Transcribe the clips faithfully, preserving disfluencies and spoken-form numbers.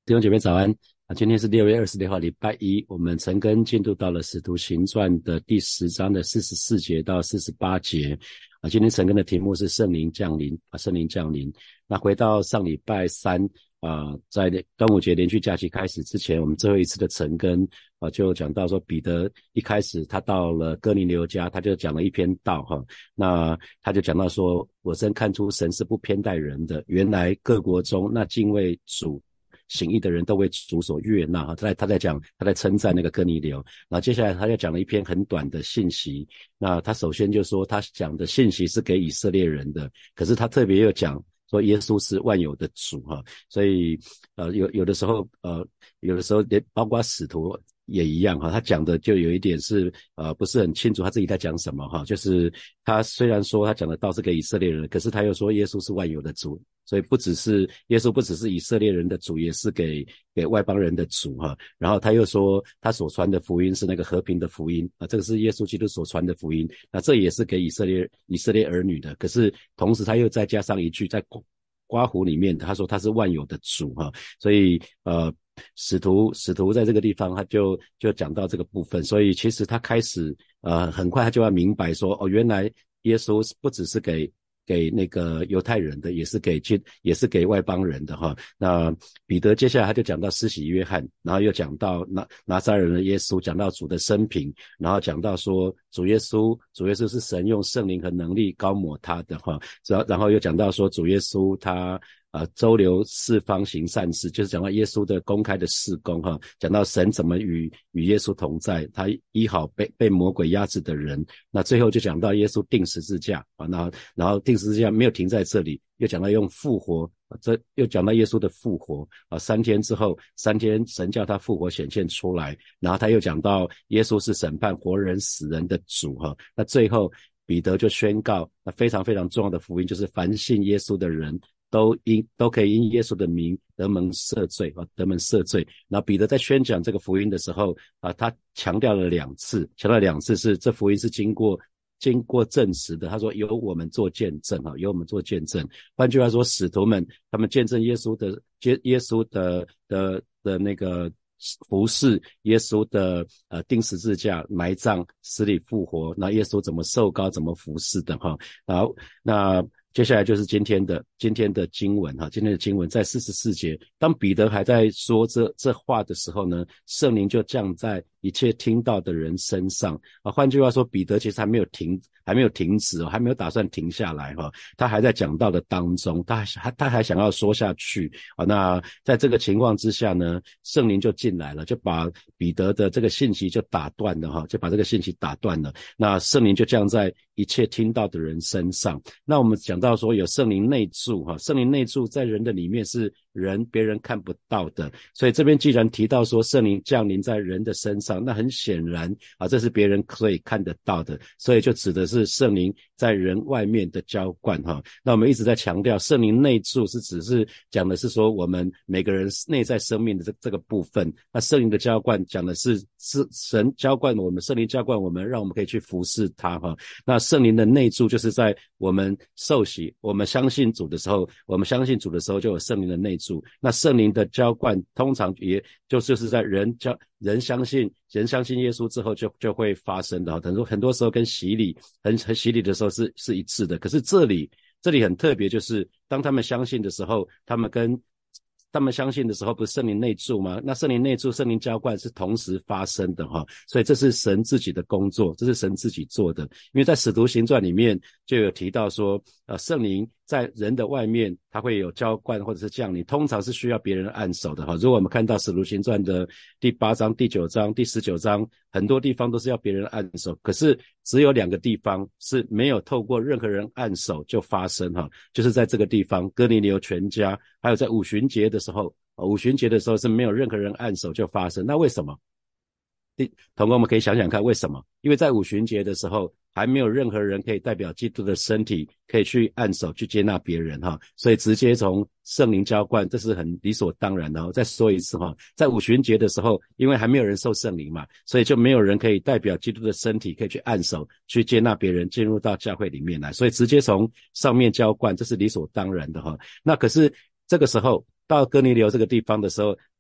弟兄姐妹早安啊！今天是六月二十六号，礼拜一，我们陈根进度到了《使徒行传》的第十章的四十四节到四十八节啊。今天陈根的题目是圣灵降临啊，圣灵降临。那回到上礼拜三啊，在端午节连续假期开始之前，我们最后一次的陈根啊，就讲到说彼得一开始他到了哥尼流家，他就讲了一篇道哈。那他就讲到说，我真看出神是不偏待人的，原来各国中那敬畏主行义的人都为主所悦纳。他在他在讲，他在称赞那个哥尼流。然后接下来他又讲了一篇很短的信息。那他首先就说他讲的信息是给以色列人的，可是他特别又讲说耶稣是万有的主哈。所以呃有有的时候呃有的时候连包括使徒也一样哈，他讲的就有一点是呃不是很清楚他自己在讲什么哈。就是他虽然说他讲的道是给以色列人，可是他又说耶稣是万有的主，所以不只是耶稣不只是以色列人的主，也是给给外邦人的主哈。然后他又说他所传的福音是那个和平的福音啊，这个是耶稣基督所传的福音，那这也是给以色列以色列儿女的。可是同时他又再加上一句在刮胡里面，他说他是万有的主哈。所以呃使徒使徒在这个地方他就就讲到这个部分。所以其实他开始呃很快他就要明白说，哦，原来耶稣不只是给给那个犹太人的，也是给也是给外邦人的哈。那彼得接下来他就讲到施洗约翰，然后又讲到拿拿撒勒人的耶稣，讲到主的生平，然后讲到说主耶稣主耶稣是神用圣灵和能力膏抹他的哈。然后又讲到说主耶稣他啊，周流四方行善事，就是讲到耶稣的公开的事工哈。讲到神怎么与与耶稣同在，他医好被被魔鬼压制的人。那最后就讲到耶稣钉十字架啊，然后然后钉十字架没有停在这里，又讲到用复活，这又讲到耶稣的复活啊，三天之后，三天神叫他复活显现出来，然后他又讲到耶稣是审判活人死人的主哈。那最后彼得就宣告，那非常非常重要的福音，就是凡信耶稣的人都因都可以因耶稣的名得蒙赦罪啊，得蒙赦罪。然后彼得在宣讲这个福音的时候啊，他强调了两次，强调两次是这福音是经过经过证实的。他说由我们做见证啊，由我们做见证。换句话说，使徒们他们见证耶稣的耶稣的的的那个服事，耶稣的呃钉十字架、埋葬、死里复活，那耶稣怎么受膏、怎么服事的哈。然后那接下来就是今天的今天的经文哈，今天的经文在四十四节，当彼得还在说这这话的时候呢，圣灵就降在一切听到的人身上啊。换句话说，彼得其实还没有停，还没有停止哦，还没有打算停下来哈，他还在讲道的当中，他还他还想要说下去啊。那在这个情况之下呢，圣灵就进来了，就把彼得的这个信息就打断了哈，就把这个信息打断了。那圣灵就降在一切听到的人身上。那我们讲到说有圣灵内住哈，圣灵内住在人的里面是人别人看不到的，所以这边既然提到说圣灵降临在人的身上，那很显然啊，这是别人可以看得到的，所以就指的是圣灵在人外面的浇灌哈。那我们一直在强调圣灵内住是只是讲的是说我们每个人内在生命的这这个部分，那圣灵的浇灌讲的是是神浇灌我们，圣灵浇灌我们，让我们可以去服侍他哈。那圣灵的内住就是在我们受洗，我们相信主的时候，我们相信主的时候就有圣灵的内住。那圣灵的浇灌通常也就就是在人浇人相信人相信耶稣之后就就会发生的，很多很多时候跟洗礼很很洗礼的时候是是一致的。可是这里这里很特别，就是当他们相信的时候，他们跟他们相信的时候不是圣灵内住吗？那圣灵内住圣灵浇灌是同时发生的哈，所以这是神自己的工作，这是神自己做的。因为在使徒行传里面就有提到说呃，圣灵在人的外面它会有浇灌或者是降临，通常是需要别人按手的哈。如果我们看到使徒行传的第八章第九章第十九章，很多地方都是要别人按手，可是只有两个地方是没有透过任何人按手就发生哈，就是在这个地方哥尼流全家，还有在五旬节的时候，五旬节的时候是没有任何人按手就发生。那为什么？同工我们可以想想看为什么？因为在五旬节的时候还没有任何人可以代表基督的身体可以去按手去接纳别人哈，所以直接从圣灵浇灌这是很理所当然的。再说一次哈，在五旬节的时候因为还没有人受圣灵嘛，所以就没有人可以代表基督的身体可以去按手去接纳别人进入到教会里面来，所以直接从上面浇灌这是理所当然的哈。那可是这个时候到哥尼流这个地方的时候，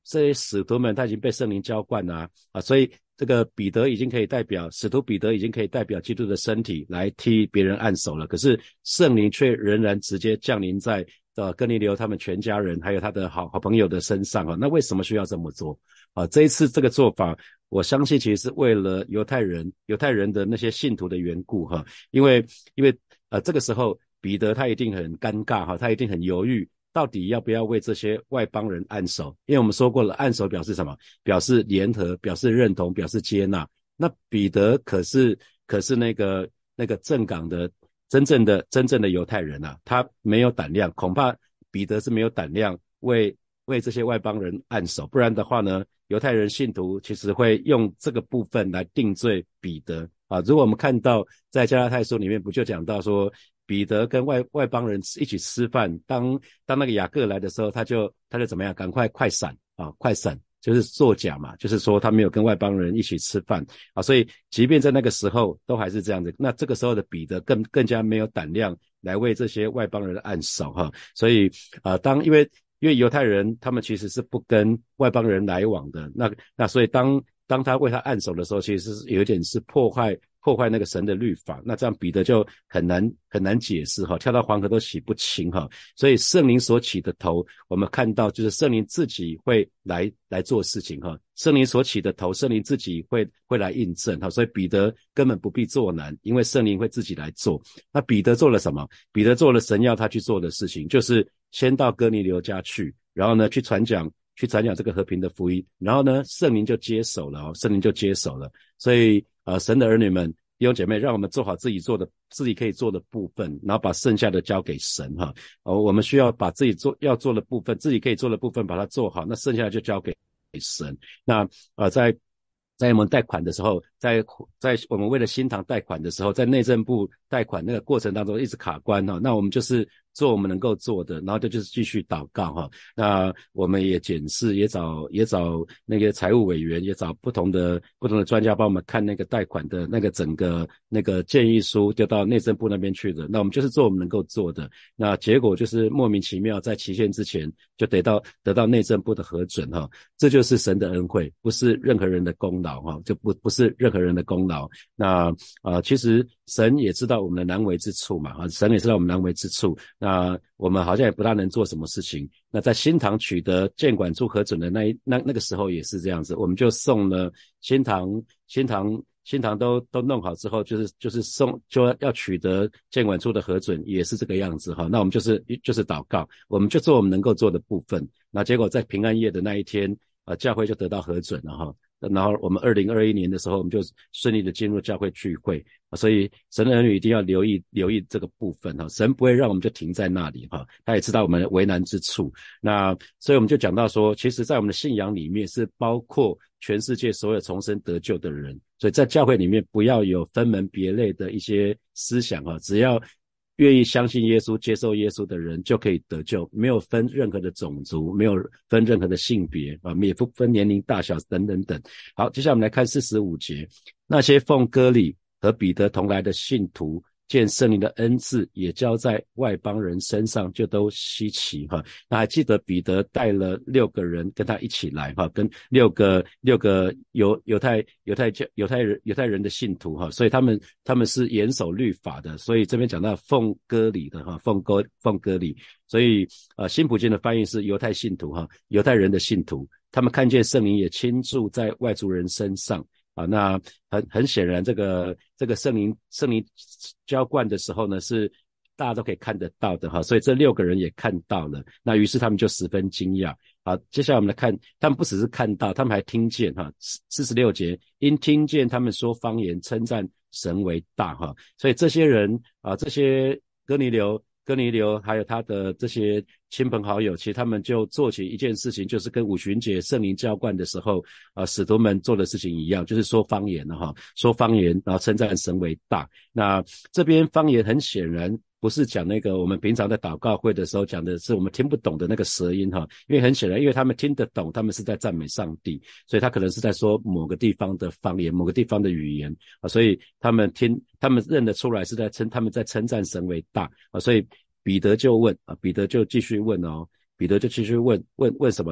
这些使徒们他已经被圣灵浇灌了 啊, 啊所以这个彼得已经可以代表使徒彼得已经可以代表基督的身体来替别人按手了，可是圣灵却仍然直接降临在呃哥尼流他们全家人还有他的好好朋友的身上啊。那为什么需要这么做啊？这一次这个做法我相信其实是为了犹太人犹太人的那些信徒的缘故哈，因为因为呃这个时候彼得他一定很尴尬哈，他一定很犹豫到底要不要为这些外邦人按手，因为我们说过了，按手表示什么？表示联合，表示认同，表示接纳。那彼得可是可是那个那个正港的真正的真正的犹太人啊，他没有胆量，恐怕彼得是没有胆量为为这些外邦人按手，不然的话呢，犹太人信徒其实会用这个部分来定罪彼得啊。如果我们看到在加拉太书里面不就讲到说彼得跟外外邦人一起吃饭，当当那个雅各来的时候，他就他就怎么样，赶快快闪啊，快闪，就是作假嘛，就是说他没有跟外邦人一起吃饭啊，所以即便在那个时候都还是这样子。那这个时候的彼得更更加没有胆量来为这些外邦人按手哈，所以啊，当因为因为犹太人他们其实是不跟外邦人来往的，那那所以当当他为他按手的时候，其实是有一点是破坏破坏那个神的律法，那这样彼得就很难很难解释哈，跳到黄河都洗不清哈。所以圣灵所起的头，我们看到就是圣灵自己会来来做事情哈，圣灵所起的头，圣灵自己会会来印证哈，所以彼得根本不必作难，因为圣灵会自己来做。那彼得做了什么？彼得做了神要他去做的事情，就是先到哥尼流家去，然后呢去传讲去传讲这个和平的福音，然后呢圣灵就接手了哦，圣灵就接手了。所以呃神的儿女们弟兄姐妹，让我们做好自己做的自己可以做的部分，然后把剩下的交给神哈。哦，我们需要把自己做要做的部分，自己可以做的部分把它做好，那剩下的就交给神。那呃在在我们贷款的时候，在在我们为了新堂贷款的时候，在内政部贷款那个过程当中一直卡关哈，那我们就是做我们能够做的，然后这就是继续祷告哈。那我们也检视，也找也找那个财务委员，也找不同的不同的专家帮我们看那个贷款的那个整个那个建议书，丢到内政部那边去的。那我们就是做我们能够做的，那结果就是莫名其妙在期限之前就得到得到内政部的核准哈，这就是神的恩惠，不是任何人的功劳哈，就不不是任何人的功劳。那呃，其实神也知道我们的难为之处嘛，啊，神也知道我们难为之处。那我们好像也不大能做什么事情。那在新堂取得监管处核准的那一那那个时候也是这样子，我们就送了新堂新堂新堂都都弄好之后，就是就是送就要取得监管处的核准，也是这个样子哈。那我们就是就是祷告，我们就做我们能够做的部分。那结果在平安夜的那一天，呃，教会就得到核准了哈。然后我们二零二一年的时候，我们就顺利的进入教会聚会，所以神的儿女一定要留意留意这个部分哈，神不会让我们就停在那里哈，他也知道我们为难之处。那所以我们就讲到说，其实在我们的信仰里面是包括全世界所有重生得救的人，所以在教会里面不要有分门别类的一些思想哈，只要愿意相信耶稣接受耶稣的人就可以得救，没有分任何的种族，没有分任何的性别啊，也不分年龄大小等等等。好，接下来我们来看四十五节，那些奉割礼和彼得同来的信徒见圣灵的恩赐也交在外邦人身上，就都稀奇哈。那还记得彼得带了六个人跟他一起来哈，跟六个六个犹犹太犹太教犹太人犹太人的信徒哈，所以他们他们是严守律法的，所以这边讲到奉割礼的哈，奉割奉割礼，所以呃新普京的翻译是犹太信徒哈，犹太人的信徒，他们看见圣灵也倾注在外族人身上。啊，那很很显然，这个这个圣灵圣灵浇灌的时候呢，是大家都可以看得到的哈，所以这六个人也看到了，那于是他们就十分惊讶。好，接下来我们来看，他们不只是看到，他们还听见哈，四十六节，因听见他们说方言，称赞神为大哈，所以这些人啊，这些哥尼流。哥尼流还有他的这些亲朋好友，其实他们就做起一件事情，就是跟五旬节圣灵浇灌的时候啊，使徒们做的事情一样，就是说方言了哈，说方言，然后称赞神为大。那这边方言很显然不是讲那个我们平常在祷告会的时候讲的是我们听不懂的那个舌音哈，因为很显然，因为他们听得懂，他们是在赞美上帝，所以他可能是在说某个地方的方言，某个地方的语言啊，所以他们听，他们认得出来是在称，他们在称赞神为大啊，所以彼得就问啊，彼得就继续问哦，彼得就继续问问问什么呢？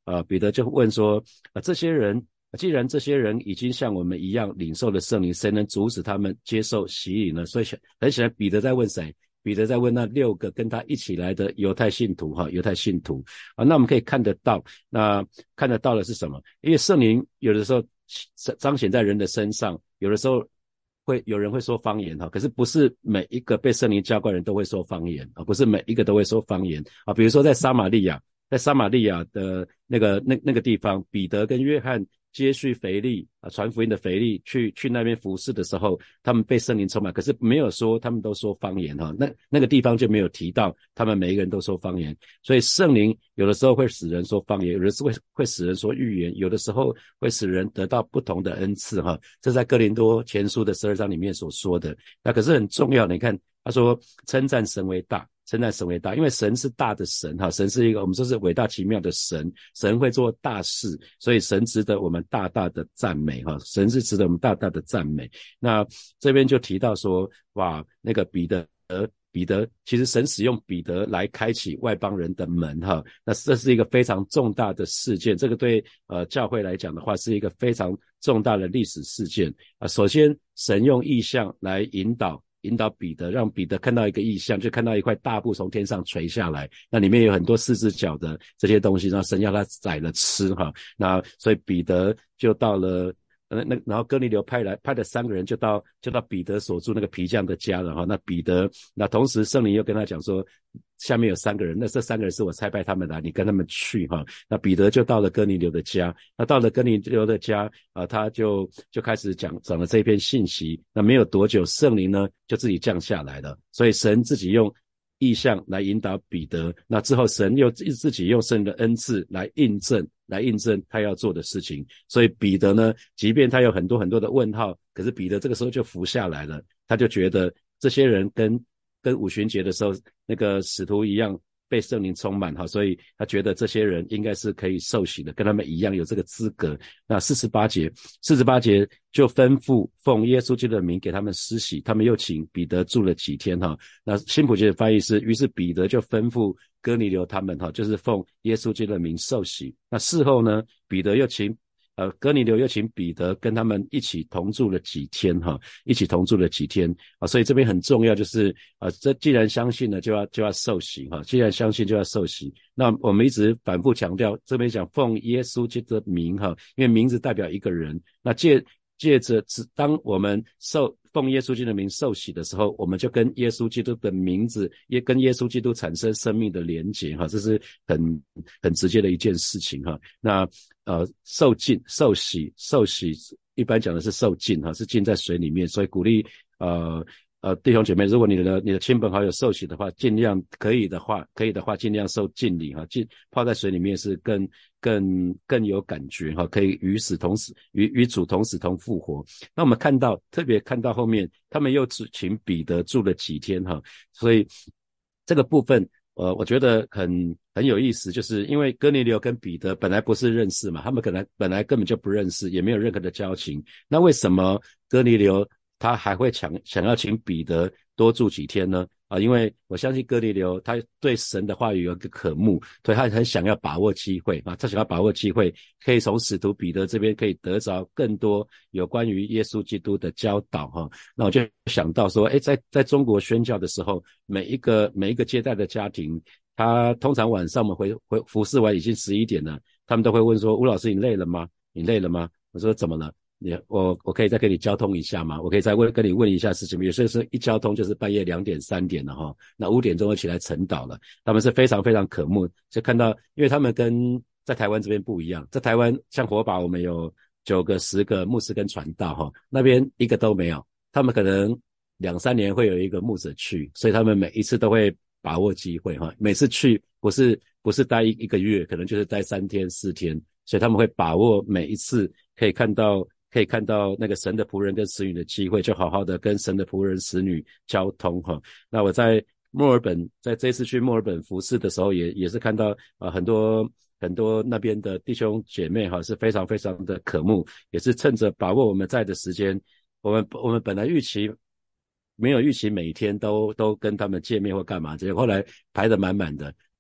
呃，彼得就问说，呃，这些人既然这些人已经像我们一样领受了圣灵，谁能阻止他们接受洗礼呢？所以很显然彼得在问谁？彼得在问那六个跟他一起来的犹太信徒哈，犹太信徒啊，那我们可以看得到，那看得到的是什么？因为圣灵有的时候彰显在人的身上，有的时候会有人会说方言哈，可是不是每一个被圣灵浇灌人都会说方言啊，不是每一个都会说方言啊。比如说在撒玛利亚，在撒玛利亚的那个那那个地方，彼得跟约翰接续腓力啊，传福音的腓力去去那边服侍的时候，他们被圣灵充满，可是没有说他们都说方言哈，那那个地方就没有提到他们每一个人都说方言，所以圣灵有的时候会使人说方言，有的时候会会使人说预言，有的时候会使人得到不同的恩赐哈，这在哥林多前书的十二章里面所说的。那可是很重要的，你看他说称赞神为大。称赞神为大，因为神是大的神哈，神是一个我们说是伟大奇妙的神，神会做大事，所以神值得我们大大的赞美哈，神是值得我们大大的赞美。那这边就提到说，哇，那个彼得彼得其实神使用彼得来开启外邦人的门哈，那这是一个非常重大的事件，这个对呃教会来讲的话是一个非常重大的历史事件啊。首先神用异象来引导引导彼得，让彼得看到一个异象，就看到一块大布从天上垂下来，那里面有很多四只脚的这些东西，然后神要他宰了吃哈，那所以彼得就到了呃那然后哥尼流派来派的三个人就到就到彼得所住那个皮匠的家了哈，那彼得那同时圣灵又跟他讲说，下面有三个人，那这三个人是我差派他们来，你跟他们去哈。那彼得就到了哥尼流的家，那到了哥尼流的家啊，他就就开始讲讲了这一篇信息。那没有多久，圣灵呢就自己降下来了，所以神自己用意象来引导彼得，那之后神又自己用圣灵的恩赐来印证来印证他要做的事情。所以彼得呢，即便他有很多很多的问号，可是彼得这个时候就服下来了，他就觉得这些人跟跟五旬节的时候那个使徒一样被圣灵充满哈，所以他觉得这些人应该是可以受洗的，跟他们一样有这个资格。那四十八节四十八节就吩咐奉耶稣基督的名给他们施洗，他们又请彼得住了几天哈。那新普节的翻译是，于是彼得就吩咐哥尼流他们哈，就是奉耶稣基督的名受洗。那事后呢，彼得又请呃，哥尼流又请彼得跟他们一起同住了几天哈，一起同住了几天啊，所以这边很重要，就是啊，这既然相信了，就要就要受洗哈，既然相信就要受洗。那我们一直反复强调，这边讲奉耶稣基督的名哈，因为名字代表一个人，那借借着当我们受奉耶稣基督的名受洗的时候，我们就跟耶稣基督的名字也跟耶稣基督产生生命的连结哈，这是很很直接的一件事情哈。那呃受浸受洗受洗一般讲的是受浸哈，是浸在水里面，所以鼓励呃呃弟兄姐妹，如果你的你的亲朋好友受洗的话，尽量可以的话可以的话尽量受浸礼哈，浸泡在水里面是更更更有感觉哈，可以与死同死，与与主同死同复活。那我们看到特别看到后面他们又请彼得住了几天哈，所以这个部分呃我觉得很很有意思，就是因为哥尼流跟彼得本来不是认识嘛，他们可能本来根本就不认识，也没有任何的交情，那为什么哥尼流他还会想想要请彼得多住几天呢？啊，因为我相信哥尼流他对神的话语有一个渴慕，所以他很想要把握机会啊，他想要把握机会，可以从使徒彼得这边可以得着更多有关于耶稣基督的教导哈。那我就想到说，诶，在在中国宣教的时候，每一个每一个接待的家庭，他通常晚上我们回回服侍完已经十一点了，他们都会问说，吴老师你累了吗？你累了吗？我说怎么了？你我我可以再跟你交通一下吗？我可以再问跟你问一下事情吗？有些是一交通就是半夜两点三点了哈，那五点钟就起来晨祷了。他们是非常非常渴慕，就看到，因为他们跟在台湾这边不一样，在台湾像火把我们有九个十个牧师跟传道哈，那边一个都没有，他们可能两三年会有一个牧者去，所以他们每一次都会把握机会哈，每次去不是不是待一一个月，可能就是待三天四天，所以他们会把握每一次可以看到。可以看到那个神的仆人跟使女的机会，就好好的跟神的仆人使女交通哈。那我在墨尔本，在这一次去墨尔本服侍的时候也，也也是看到呃很多很多那边的弟兄姐妹哈，是非常非常的渴慕，也是趁着把握我们在的时间，我们我们本来预期没有预期每天都都跟他们见面或干嘛，结果后来排得满满的。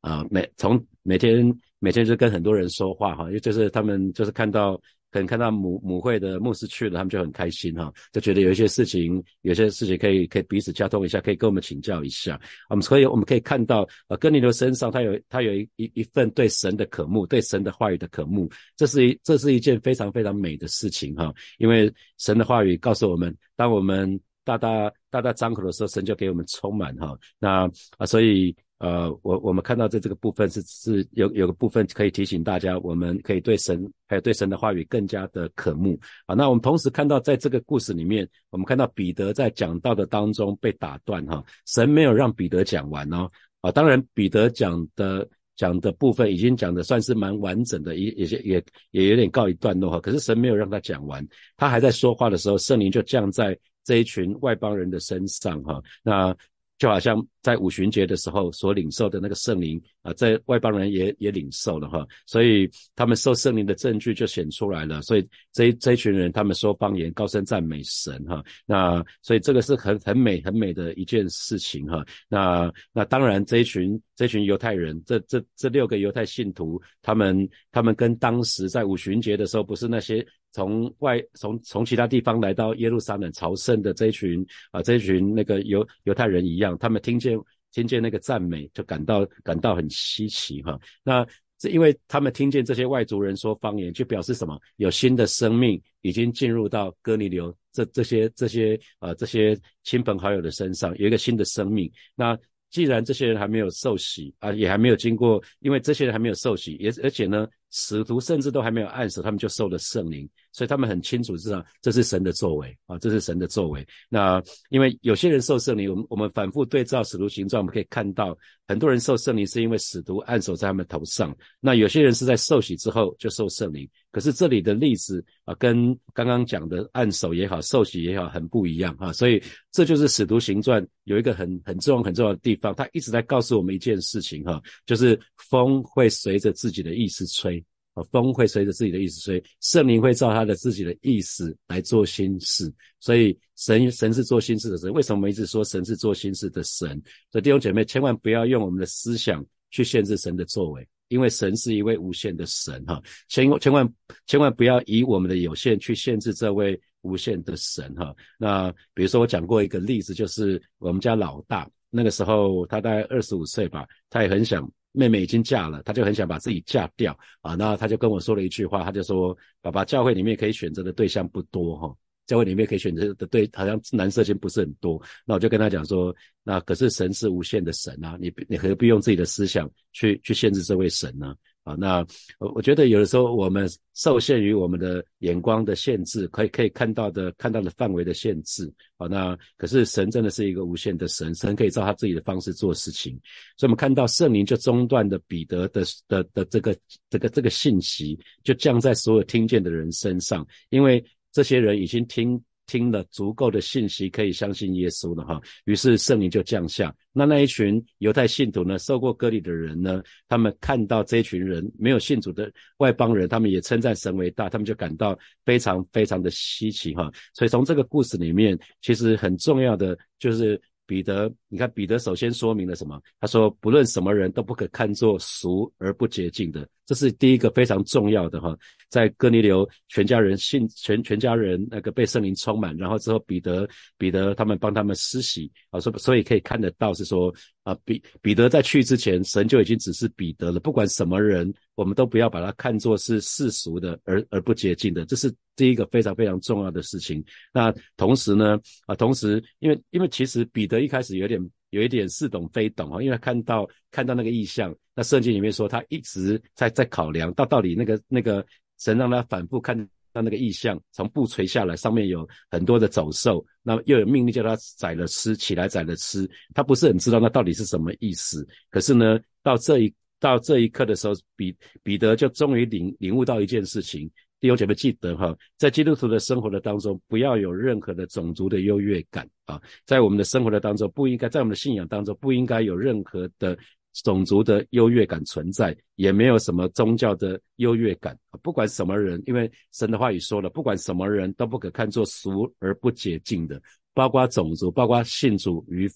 啊，每从每天每天就跟很多人说话哈，就是他们就是看到可能看到母母会的牧师去了，他们就很开心哈，就觉得有一些事情有些事情可以可以彼此交通一下，可以跟我们请教一下。我们所以我们可以看到呃哥尼流身上他有他有一一一份对神的渴慕，对神的话语的渴慕，这是一这是一件非常非常美的事情哈，因为神的话语告诉我们，当我们大大大大张口的时候，神就给我们充满哈。那啊，所以呃，我我们看到在这个部分是是有有个部分可以提醒大家，我们可以对神还有对神的话语更加的渴慕啊。那我们同时看到在这个故事里面，我们看到彼得在讲道的当中被打断哈，神没有让彼得讲完哦啊。当然彼得讲的讲的部分已经讲的算是蛮完整的，也也也也有点告一段落哈。可是神没有让他讲完，他还在说话的时候，圣灵就降在这一群外邦人的身上哈。那就好像在五旬节的时候所领受的那个圣灵啊，在外邦人也也领受了哈，所以他们受圣灵的证据就显出来了。所以这这一群人他们说方言，高声赞美神哈。那所以这个是很很美很美的一件事情哈。那那当然这一群这一群犹太人，这这这六个犹太信徒，他们他们跟当时在五旬节的时候，不是那些从外从从其他地方来到耶路撒冷朝圣的这一群啊、呃、这一群那个犹犹太人一样，他们听见听见那个赞美就感到感到很稀奇哈。那这因为他们听见这些外族人说方言，就表示什么？有新的生命已经进入到哥尼流这这些这些呃这些亲朋好友的身上，有一个新的生命。那既然这些人还没有受洗啊，也还没有经过，因为这些人还没有受洗，也而且呢，使徒甚至都还没有按手，他们就受了圣灵，所以他们很清楚知道这是神的作为啊，这是神的作为。那因为有些人受圣灵，我们我们反复对照使徒行传，我们可以看到很多人受圣灵是因为使徒按手在他们头上，那有些人是在受洗之后就受圣灵。可是这里的例子啊，跟刚刚讲的按手也好，受洗也好，很不一样啊。所以这就是使徒行传有一个很很重要很重要的地方，他一直在告诉我们一件事情哈，就是风会随着自己的意思吹。风会随着自己的意思吹，圣灵会照他的自己的意思来做新事。所以神神是做新事的神。为什么我们一直说神是做新事的神？所以弟兄姐妹千万不要用我们的思想去限制神的作为，因为神是一位无限的神哈，千千万千万不要以我们的有限去限制这位无限的神哈。那比如说我讲过一个例子，就是我们家老大那个时候他大概二十五岁吧，他也很想妹妹已经嫁了，他就很想把自己嫁掉啊。那他就跟我说了一句话，他就说爸爸，教会里面可以选择的对象不多哈，教会里面可以选择的对好像男色情不是很多。那我就跟他讲说，那可是神是无限的神啊，你你何必用自己的思想去去限制这位神呢？啊，那我觉得有的时候我们受限于我们的眼光的限制，可以可以看到的看到的范围的限制啊。那可是神真的是一个无限的神，神可以照他自己的方式做事情。所以我们看到圣灵就中断的彼得的的的这个这个这个信息，就降在所有听见的人身上，因为这些人已经听听了足够的信息，可以相信耶稣了哈。于是圣灵就降下。那那一群犹太信徒呢，受过割礼的人呢，他们看到这一群人没有信主的外邦人，他们也称赞神为大，他们就感到非常非常的稀奇哈。所以从这个故事里面，其实很重要的就是彼得，你看彼得首先说明了什么？他说不论什么人都不可看作俗而不洁净的，这是第一个非常重要的哈。在哥尼流全家人信全全家人那个被圣灵充满，然后之后彼得彼得他们帮他们施洗啊，所所以可以看得到是说啊彼彼得在去之前，神就已经指示彼得了，不管什么人，我们都不要把它看作是世俗的而而不洁净的，这是第一个非常非常重要的事情。那同时呢啊，同时因为因为其实彼得一开始有点有一点似懂非懂啊，因为看到看到那个异象，那圣经里面说他一直在在考量到到底那个那个神让他反复看到那个异象，从布垂下来，上面有很多的走兽，那又有命令叫他宰了吃，起来宰了吃，他不是很知道那到底是什么意思。可是呢，到这一到这一刻的时候，彼彼得就终于领领悟到一件事情。弟兄姐妹记得哈，在基督徒的生活的当中，不要有任何的种族的优越感啊，在我们的生活的当中，不应该在我们的信仰当中，不应该有任何的种族的优越感存在，也没有什么宗教的优越感。不管什么人，因为神的话语说了，不管什么人都不可看作俗而不洁净的，包括种族，包括信主与否。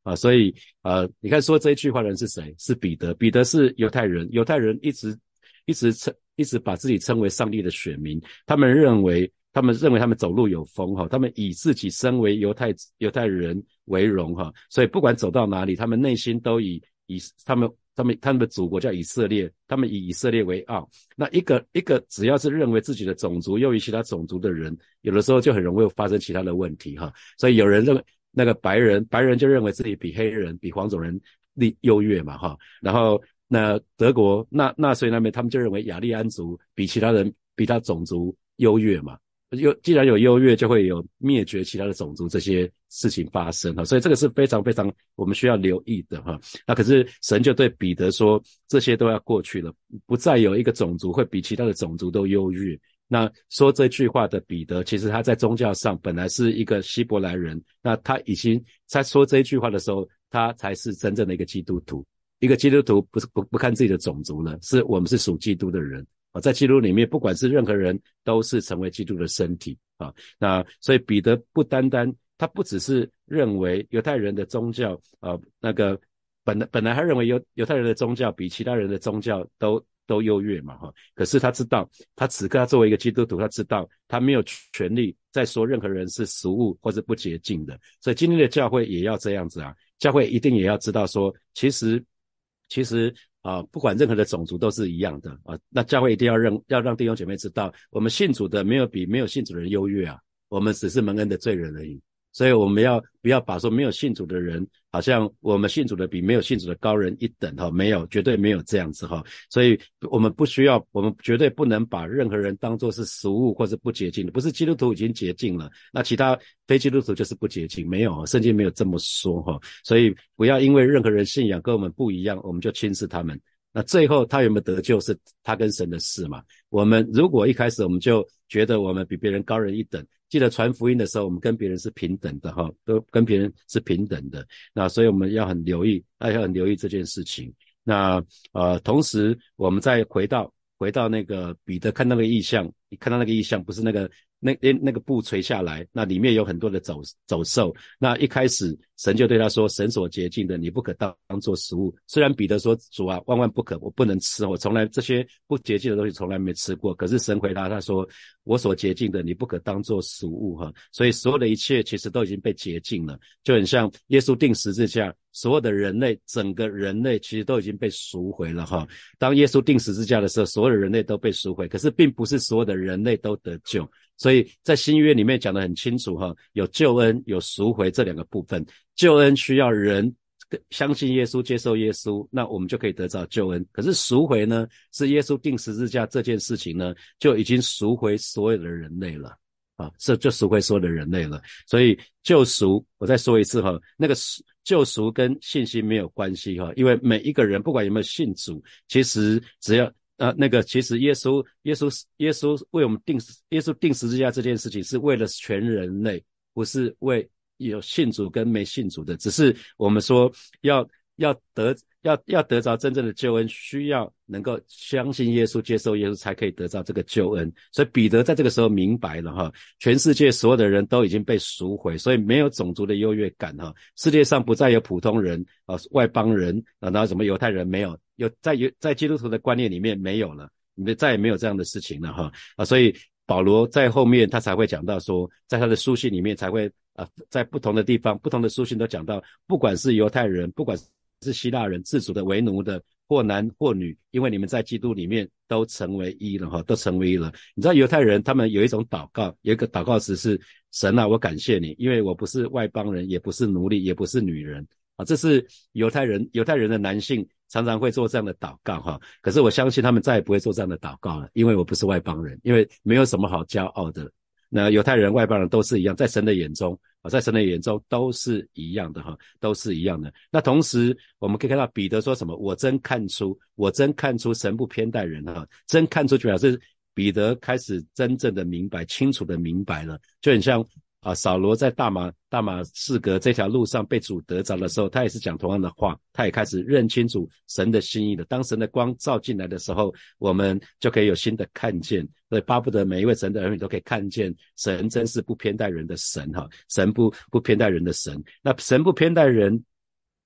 啊，所以呃，你看说这一句话的人是谁？是彼得。彼得是犹太人，犹太人一直一直称一直把自己称为上帝的选民，他们认为他们认为他们走路有风哈，他们以自己身为犹太犹太人为荣哈，所以不管走到哪里，他们内心都以以他们他们他们的祖国叫以色列，他们以以色列为傲。那一个一个只要是认为自己的种族优于其他种族的人，有的时候就很容易发生其他的问题哈。所以有人认为那个白人白人就认为自己比黑人比黄种人利优越嘛哈，然后那德国纳纳粹那边他们就认为雅利安族比其他人比他种族优越嘛，有既然有优越就会有灭绝其他的种族这些事情发生哈，所以这个是非常非常我们需要留意的哈。那可是神就对彼得说，这些都要过去了，不再有一个种族会比其他的种族都优越。那说这句话的彼得，其实他在宗教上本来是一个希伯来人，那他已经在说这一句话的时候，他才是真正的一个基督徒。一个基督徒不是不不看自己的种族了，是我们是属基督的人啊，在基督里面，不管是任何人，都是成为基督的身体啊。那所以彼得不单单他不只是认为犹太人的宗教啊，那个本来本来他认为犹犹太人的宗教比其他人的宗教都都优越嘛哈，可是他知道，他此刻他作为一个基督徒，他知道他没有权利再说任何人是俗物或是不洁净的，所以今天的教会也要这样子啊，教会一定也要知道说，其实其实啊、呃，不管任何的种族都是一样的啊，那教会一定要让要让弟兄姐妹知道，我们信主的没有比没有信主的人优越啊，我们只是蒙恩的罪人而已。所以我们要不要把说没有信主的人，好像我们信主的比没有信主的高人一等哈？没有，绝对没有这样子哈。所以我们不需要，我们绝对不能把任何人当作是俗物或是不洁净的。不是基督徒已经洁净了，那其他非基督徒就是不洁净，没有，圣经没有这么说哈。所以不要因为任何人信仰跟我们不一样，我们就轻视他们。那最后他有没有得救是他跟神的事嘛。我们如果一开始我们就觉得我们比别人高人一等，记得传福音的时候我们跟别人是平等的哈，都跟别人是平等的。那所以我们要很留意，要很留意这件事情。那呃，同时我们再回到回到那个彼得看到那个异象，你看到那个异象不是那个那那个布垂下来，那里面有很多的走走兽。那一开始神就对他说，神所洁净的你不可当作食物。虽然彼得说，主啊，万万不可，我不能吃，我从来这些不洁净的东西从来没吃过。可是神回答他说，我所洁净的你不可当作食物哈。所以所有的一切其实都已经被洁净了，就很像耶稣钉十字架，所有的人类，整个人类其实都已经被赎回了哈。当耶稣钉十字架的时候，所有的人类都被赎回，可是并不是所有的人类都得救。所以在新约里面讲得很清楚哈，有救恩有赎回这两个部分。救恩需要人相信耶稣，接受耶稣，那我们就可以得到救恩。可是赎回呢，是耶稣钉十字架这件事情呢，就已经赎回所有的人类了啊，这就赎回所有的人类了。所以救赎，我再说一次哈，那个救赎跟信心没有关系哈，因为每一个人不管有没有信主，其实只要呃，那个其实耶稣耶稣耶稣为我们定耶稣定十字架这件事情是为了全人类，不是为有信主跟没信主的，只是我们说要要得要要得着真正的救恩，需要能够相信耶稣，接受耶稣才可以得到这个救恩。所以彼得在这个时候明白了哈，全世界所有的人都已经被赎回，所以没有种族的优越感哈，世界上不再有普通人啊、外邦人啊，然后什么犹太人没有，有在在基督徒的观念里面没有了，你们再也没有这样的事情了哈啊，所以保罗在后面他才会讲到说，在他的书信里面才会啊，在不同的地方不同的书信都讲到，不管是犹太人，不管是希腊人，自主的为奴的，或男或女，因为你们在基督里面都成为一了哈，都成为一了。你知道犹太人他们有一种祷告，有一个祷告词是，神啊，我感谢你，因为我不是外邦人，也不是奴隶，也不是女人啊，这是犹太人犹太人的男性常常会做这样的祷告哈，可是我相信他们再也不会做这样的祷告了，因为我不是外邦人，因为没有什么好骄傲的。那犹太人外邦人都是一样，在神的眼中啊，在神的眼中都是一样的哈，都是一样的。那同时我们可以看到彼得说什么，我真看出我真看出神不偏待人哈，真看出就表示彼得开始真正的明白，清楚的明白了，就很像啊，扫罗在大马大马士革这条路上被主得着的时候，他也是讲同样的话，他也开始认清楚神的心意的。当神的光照进来的时候，我们就可以有新的看见。所以巴不得每一位神的儿女都可以看见神真是不偏待人的神哈，神不不偏待人的神。那神不偏待人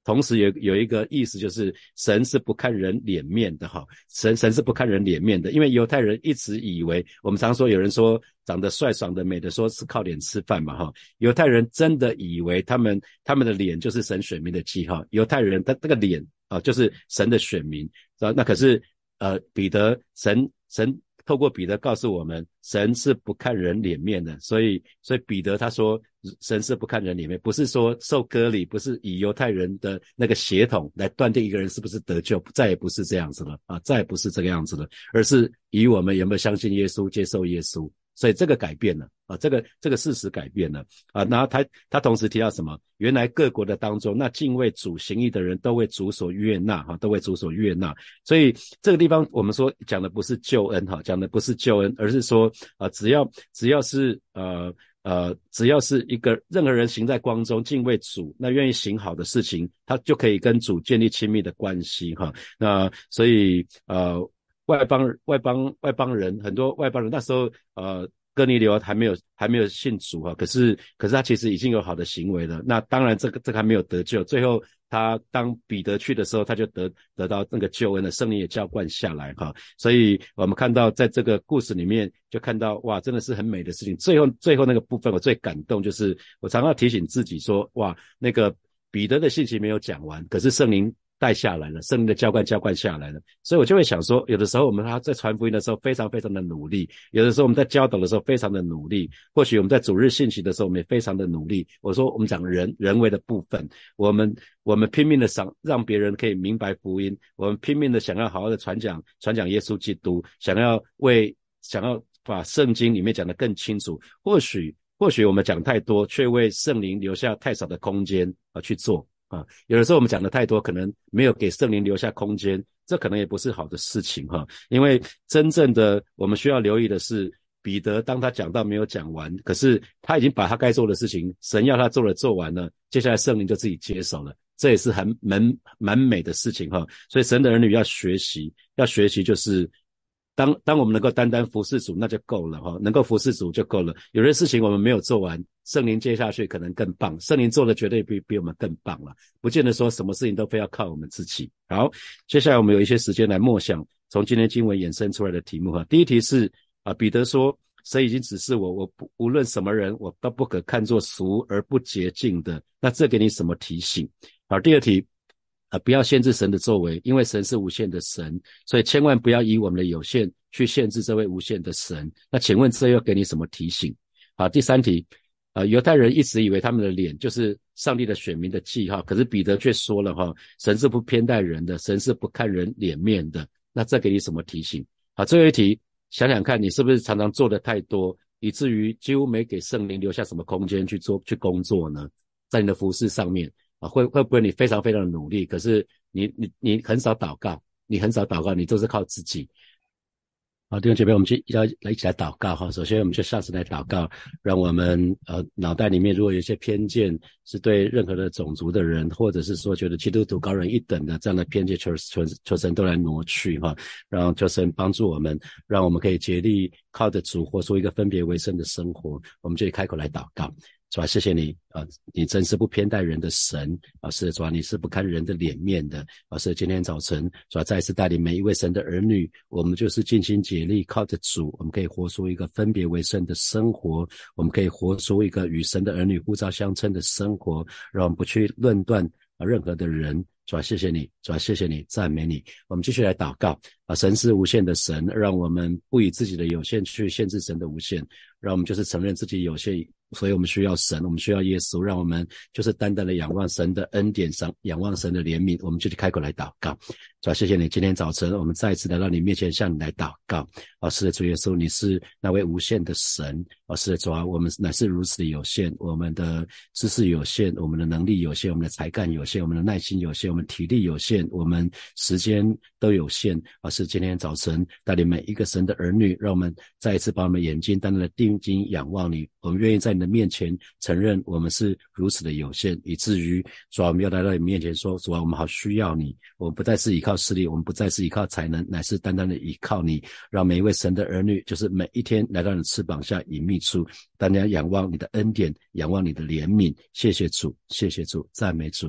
同时有有一个意思，就是神是不看人脸面的哈，神神是不看人脸面的，因为犹太人一直以为，我们常说有人说长得帅、长得美的，说是靠脸吃饭嘛哈，犹太人真的以为他们他们的脸就是神选民的记号，犹太人他这个脸啊就是神的选民，那可是呃彼得神神。透过彼得告诉我们，神是不看人脸面的，所以所以彼得他说神是不看人脸面，不是说受割礼，不是以犹太人的那个血统来断定一个人是不是得救，再也不是这样子了啊，再也不是这个样子了，而是以我们有没有相信耶稣，接受耶稣。所以这个改变了啊，这个这个事实改变了啊。然后他他同时提到什么？原来各国的当中，那敬畏主行义的人都为主所悦纳哈，都为主所悦纳。所以这个地方我们说讲的不是救恩哈，讲的不是救恩，而是说啊，只要只要是呃呃，只要是一个任何人行在光中，敬畏主，那愿意行好的事情，他就可以跟主建立亲密的关系哈。那所以呃。外邦外邦外邦人，很多外邦人那时候呃哥尼流还没有还没有信主哈，可是可是他其实已经有好的行为了，那当然这个这个还没有得救，最后他当彼得去的时候，他就得得到那个救恩了，圣灵也浇灌下来哈，所以我们看到在这个故事里面就看到哇，真的是很美的事情。最后最后那个部分我最感动，就是我常常提醒自己说，哇，那个彼得的信息没有讲完，可是圣灵带下来了，圣灵的浇灌浇灌下来了，所以我就会想说，有的时候我们他在传福音的时候非常非常的努力，有的时候我们在教导的时候非常的努力，或许我们在主日信息的时候我们也非常的努力。我说我们讲人人为的部分，我们我们拼命的想让别人可以明白福音，我们拼命的想要好好的传讲传讲耶稣基督，想要为想要把圣经里面讲得更清楚，或许或许我们讲太多，却为圣灵留下太少的空间啊去做。啊，有的时候我们讲的太多，可能没有给圣灵留下空间，这可能也不是好的事情哈。因为真正的我们需要留意的是，彼得当他讲到没有讲完，可是他已经把他该做的事情，神要他做的做完了，接下来圣灵就自己接手了，这也是很蛮蛮美的事情哈。所以神的儿女要学习，要学习就是当当我们能够单单服侍主，那就够了哈，能够服侍主就够了。有些事情我们没有做完，圣灵接下去可能更棒，圣灵做的绝对比比我们更棒了，不见得说什么事情都非要靠我们自己。好，接下来我们有一些时间来默想从今天经文衍生出来的题目哈。第一题是啊，彼得说，神已经指示我，我不无论什么人，我都不可看作俗而不洁净的。那这给你什么提醒？好，第二题。呃，不要限制神的作为，因为神是无限的神，所以千万不要以我们的有限去限制这位无限的神。那请问这又给你什么提醒？好，第三题，呃，犹太人一直以为他们的脸就是上帝的选民的记号，可是彼得却说了哈，神是不偏待人的，神是不看人脸面的。那这给你什么提醒？好，最后一题，想想看你是不是常常做的太多，以至于几乎没给圣灵留下什么空间去做去工作呢？在你的服事上面。啊，会会不会你非常非常的努力，可是你你你很少祷告，你很少祷告，你都是靠自己。好，弟兄姐妹，我们就要来一起来祷告哈。首先，我们就下次来祷告，让我们呃脑袋里面如果有一些偏见，是对任何的种族的人，或者是说觉得基督徒高人一等的这样的偏见，求求求神都来挪去哈，然后求神帮助我们，让我们可以竭力靠着主活出一个分别为圣的生活。我们就开口来祷告。主啊，谢谢你啊！你真是不偏待人的神啊！是主啊，你是不看人的脸面的啊！是今天早晨主啊，再一次带领每一位神的儿女，我们就是尽心竭力靠着主，我们可以活出一个分别为圣的生活，我们可以活出一个与神的儿女呼召相称的生活，让我们不去论断啊任何的人。主啊，谢谢你，主啊，谢谢你，赞美你。我们继续来祷告啊！神是无限的神，让我们不以自己的有限去限制神的无限，让我们就是承认自己有限，所以我们需要神，我们需要耶稣，让我们就是单单的仰望神的恩典上，仰望神的怜悯，我们就去开口来祷告。主啊，谢谢你，今天早晨我们再一次来到你面前，向你来祷告。啊，是的，主耶稣，你是那位无限的神。啊，是的，主啊，我们乃是如此的有限，我们的知识有限，我们的能力有限，我们的才干有限，我们的耐心有限，我们体力有限，我们时间都有限。啊，是今天早晨带领每一个神的儿女，让我们再一次把我们眼睛单单的定睛仰望你，我们愿意在你的面前承认我们是如此的有限，以至于主啊，我们要来到你面前说，主啊，我们好需要你，我们不再是依靠势力，我们不再是依靠才能，乃是单单的依靠你，让每一位神的儿女就是每一天来到你的翅膀下隐秘处，单单仰望你的恩典，仰望你的怜悯。谢谢主，谢谢主，赞美主。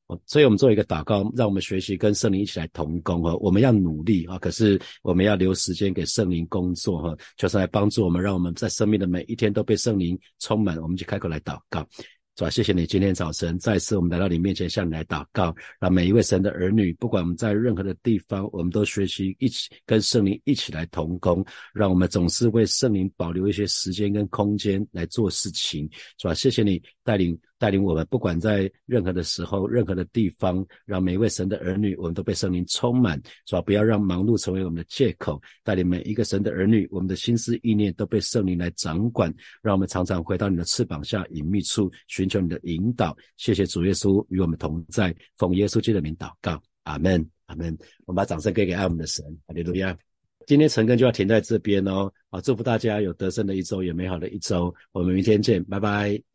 哦，所以我们做一个祷告，让我们学习跟圣灵一起来同工哈。我们要努力啊，可是我们要留时间给圣灵工作哈，就是来帮助我们，让我们在生命的每一天都被圣灵充满。我们就开口来祷告。主啊，谢谢你今天早晨再次我们来到你面前向你来祷告，让每一位神的儿女，不管我们在任何的地方，我们都学习一起跟圣灵一起来同工，让我们总是为圣灵保留一些时间跟空间来做事情。主啊，谢谢你带领带领我们，不管在任何的时候任何的地方，让每一位神的儿女我们都被圣灵充满。主啊，不要让忙碌成为我们的借口，带领每一个神的儿女，我们的心思意念都被圣灵来掌管，让我们常常回到你的翅膀下隐秘处，寻求你的引导。谢谢主耶稣与我们同在，奉耶稣基督的名祷告，阿们阿们。我们把掌声给给爱我们的神，哈利路亚。今天晨更就要停在这边哦，好，祝福大家有得胜的一周，有美好的一周，我们明天见，拜拜。